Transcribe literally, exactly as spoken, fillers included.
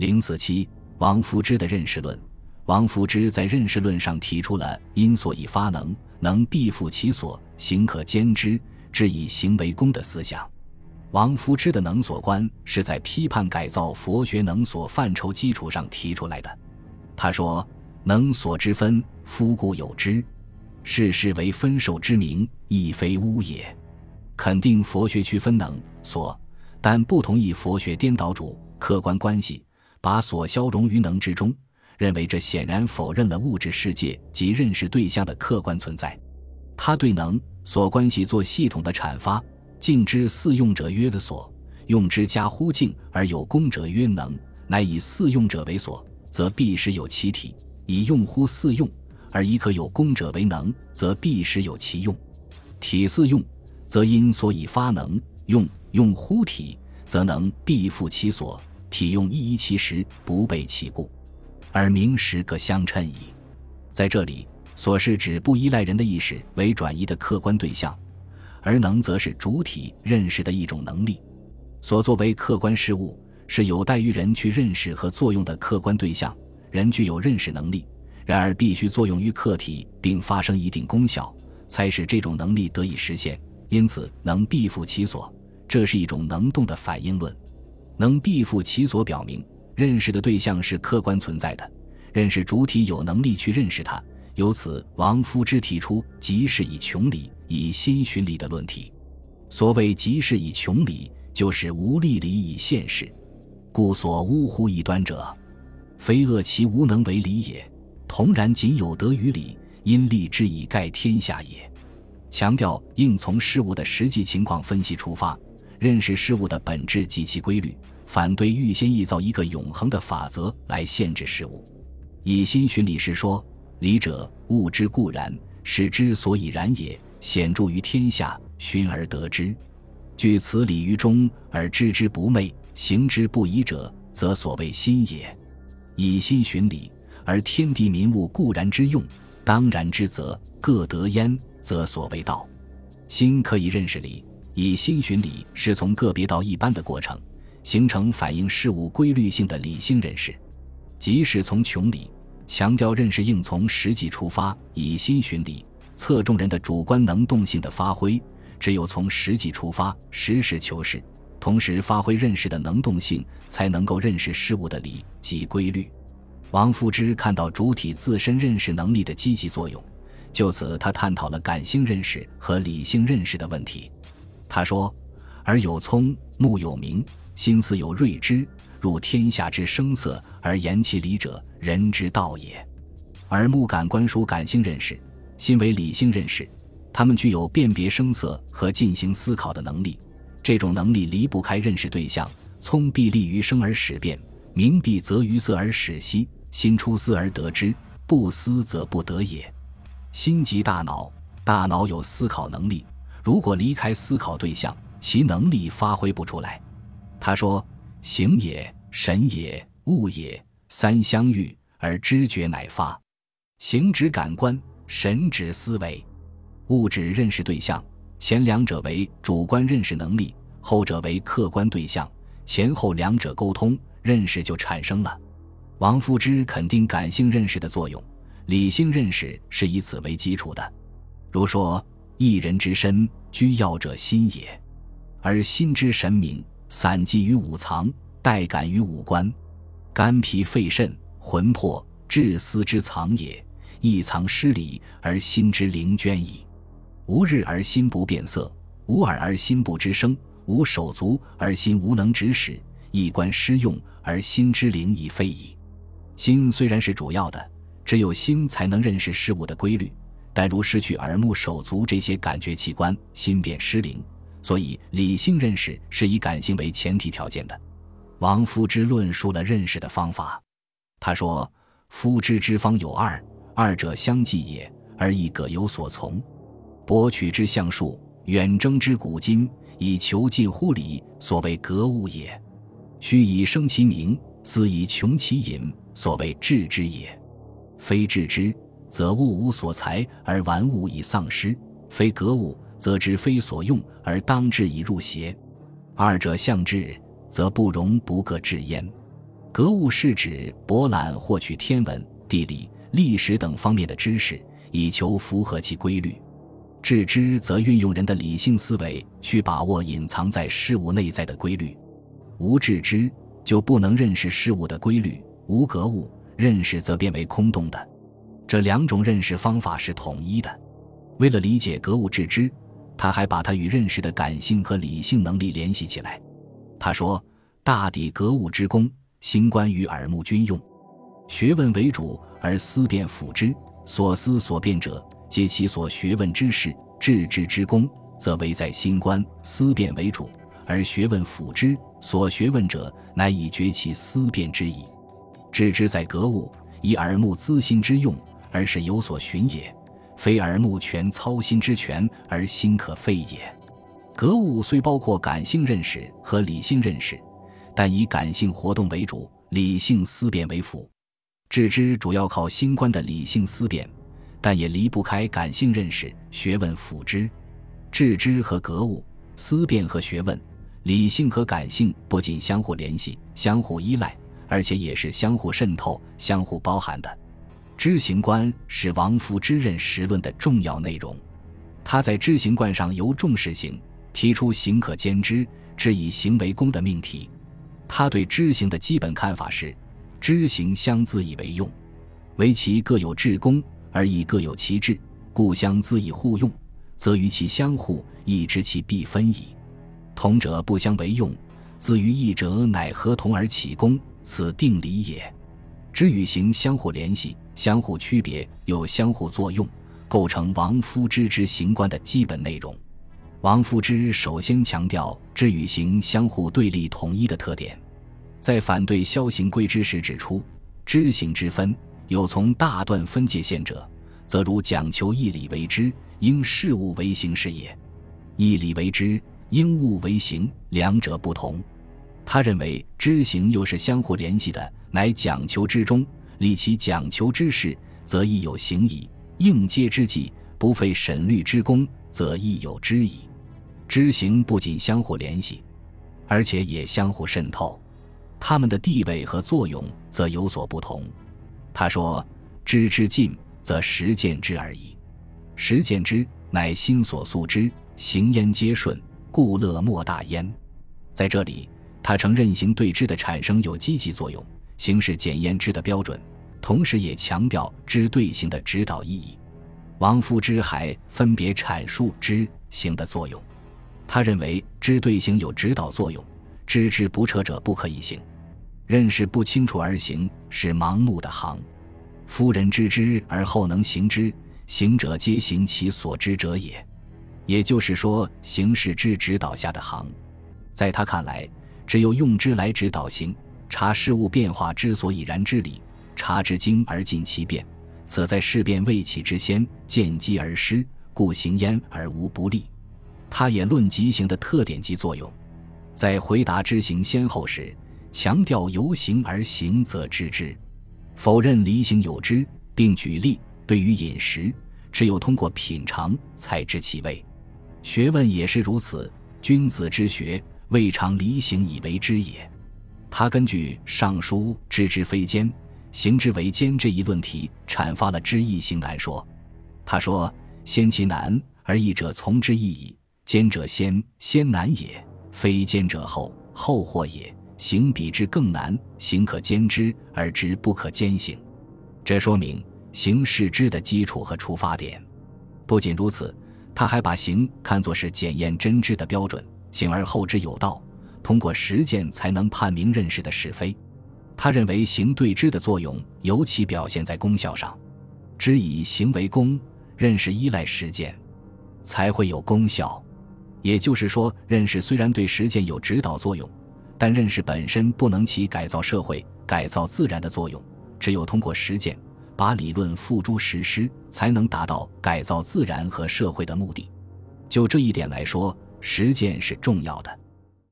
零四七王夫之的认识论。王夫之在认识论上提出了因所以发能，能必复其所，行可兼之，知以行为功的思想。王夫之的能所观是在批判改造佛学能所范畴基础上提出来的。他说，能所之分，夫固有之，世事为分受之名，亦非污也。肯定佛学区分能所，但不同意佛学颠倒主客观关系，把所消融于能之中，认为这显然否认了物质世界及认识对象的客观存在。他对能所关系做系统的阐发，敬之四用者曰的所，用之加乎敬而有功者曰能，乃以四用者为所，则必实有其体；以用乎四用而亦可有功者为能，则必实有其用。体四用，则因所以发能，用用乎体，则能必复其所，体用一一其实，不悖其故，而名实各相称矣。在这里，所是指不依赖人的意识为转移的客观对象，而能则是主体认识的一种能力。所作为客观事物，是有待于人去认识和作用的客观对象，人具有认识能力，然而必须作用于客体并发生一定功效，才使这种能力得以实现。因此能必复其所，这是一种能动的反应论。能必复其所表明认识的对象是客观存在的，认识主体有能力去认识它。由此王夫之提出即是以穷理，以心寻理的论题。所谓即是以穷理，就是无力理以现实，故所呜呼异端者，非恶其无能为理也，同然仅有得于理，因力之以盖天下也。强调应从事物的实际情况分析出发，认识事物的本质及其规律，反对预先臆造一个永恒的法则来限制事物。以心寻理是说，理者，物之固然，是之所以然也，显著于天下，寻而得之。据此理于中，而知之不昧，行之不疑者，则所谓心也。以心寻理，而天地民物固然之用，当然之则，各得焉，则所谓道。心可以认识理，以心寻理是从个别到一般的过程，形成反映事物规律性的理性认识。即使从穷理，强调认识应从实际出发，以心寻理，侧重人的主观能动性的发挥，只有从实际出发，实事求是，同时发挥认识的能动性，才能够认识事物的理及规律。王夫之看到主体自身认识能力的积极作用，就此他探讨了感性认识和理性认识的问题。他说，耳有聪，目有明，心思有睿智，入天下之声色而言其理者，人之道也。耳目感官属感性认识，心为理性认识，它们具有辨别声色和进行思考的能力。这种能力离不开认识对象，聪必立于声而使辨，明必择于色而使息，心出思而得之，不思则不得也。心即大脑，大脑有思考能力，如果离开思考对象，其能力发挥不出来。他说，形也，神也，物也，三相遇而知觉乃发。形指感官，神指思维，物指认识对象，前两者为主观认识能力，后者为客观对象，前后两者沟通，认识就产生了。王夫之肯定感性认识的作用，理性认识是以此为基础的。如说，一人之身，居要者心也，而心之神明，散寄于五藏，待感于五官，肝脾肺肾，魂魄志思之藏也，一藏失礼而心之灵捐矣。无日而心不变色，无耳而心不知声，无手足而心无能指使，一官失用而心之灵已废矣。心虽然是主要的，只有心才能认识事物的规律，但如失去耳目手足这些感觉器官，心便失灵，所以理性认识是以感性为前提条件的。王夫之论述了认识的方法。他说，夫知之方有二，二者相继也，而亦各有所从。博取之象数，远征之古今，以求近乎理，所谓格物也。须以生其名，思以穷其隐，所谓致之也。非致之，则物无所才而玩物以丧失；非格物，则知非所用而当治以入邪。二者相致，则不容不各致焉。 格物是指博览获取天文、地理、历史等方面的知识，以求符合其规律。致知则运用人的理性思维去把握隐藏在事物内在的规律。无致知就不能认识事物的规律，无格物，认识则变为空洞的。这两种认识方法是统一的。为了理解格物致知，他还把它与认识的感性和理性能力联系起来。他说，大抵格物之功，行观于耳目均用，学问为主而思辨辅之，所思所辨者皆其所学问之事。致知之功，则为在心观思辨为主，而学问辅之，所学问者乃以决其思辨之意。致知在格物，以耳目咨心之用，而是有所循也，非耳目全操心之权而心可废也。格物虽包括感性认识和理性认识，但以感性活动为主，理性思辨为辅。致知主要靠心观的理性思辨，但也离不开感性认识、学问辅之。致知和格物、思辨和学问、理性和感性不仅相互联系、相互依赖，而且也是相互渗透、相互包含的。知行观是王夫之认识论的重要内容。他在知行观上由重视行，提出行可兼知，知以行为功的命题。他对知行的基本看法是：知行相资以为用，唯其各有至功，而亦各有其志，故相资以互用，则于其相互，亦知其必分矣。同者不相为用，自于异者乃合同而起功，此定理也。知与行相互联系，相互区别，又相互作用，构成王夫之知行观的基本内容。王夫之首先强调知与行相互对立统一的特点，在反对萧行归之时指出，知行之分有从大段分界线者，则如讲求义理为知，应事物为行是也。义理为知，应物为行，两者不同。他认为知行又是相互联系的，乃讲求之中，立其讲求之事，则亦有行矣；应接之际，不费审虑之功，则亦有知矣。知行不仅相互联系，而且也相互渗透，它们的地位和作用则有所不同。他说，知之尽，则实践之而已。实践之，乃心所素之，行焉皆顺，故乐莫大焉。在这里，他承认行对知的产生有积极作用，行是检验知的标准，同时也强调知对行的指导意义。王夫之还分别阐述知行的作用。他认为知对行有指导作用，知之不彻者不可以行，认识不清楚而行是盲目的行。夫人知之而后能行之，行者皆行其所知者也。也就是说，行是知指导下的行。在他看来，只有用知来指导行，察事物变化之所以然之理，察之精而尽其变，此在事变未起之先，见机而失，故行焉而无不利。他也论及行的特点及作用，在回答知行先后时，强调由行而行则知之，否认离行有知，并举例，对于饮食，只有通过品尝才知其味。学问也是如此，君子之学，未尝离行以为知也。他根据《尚书》知之非坚，行之为坚这一论题，阐发了知易行难说。他说，先其难而易者从之易矣，坚者先，先难也，非坚者后，后或也。行比之更难，行可兼之，而知不可兼行。这说明行是知的基础和出发点。不仅如此，他还把行看作是检验真知的标准，行而后知有道，通过实践才能判明认识的是非。他认为行对知的作用尤其表现在功效上，知以行为功，认识依赖实践，才会有功效。也就是说，认识虽然对实践有指导作用，但认识本身不能起改造社会、改造自然的作用，只有通过实践，把理论付诸实施，才能达到改造自然和社会的目的。就这一点来说，实践是重要的。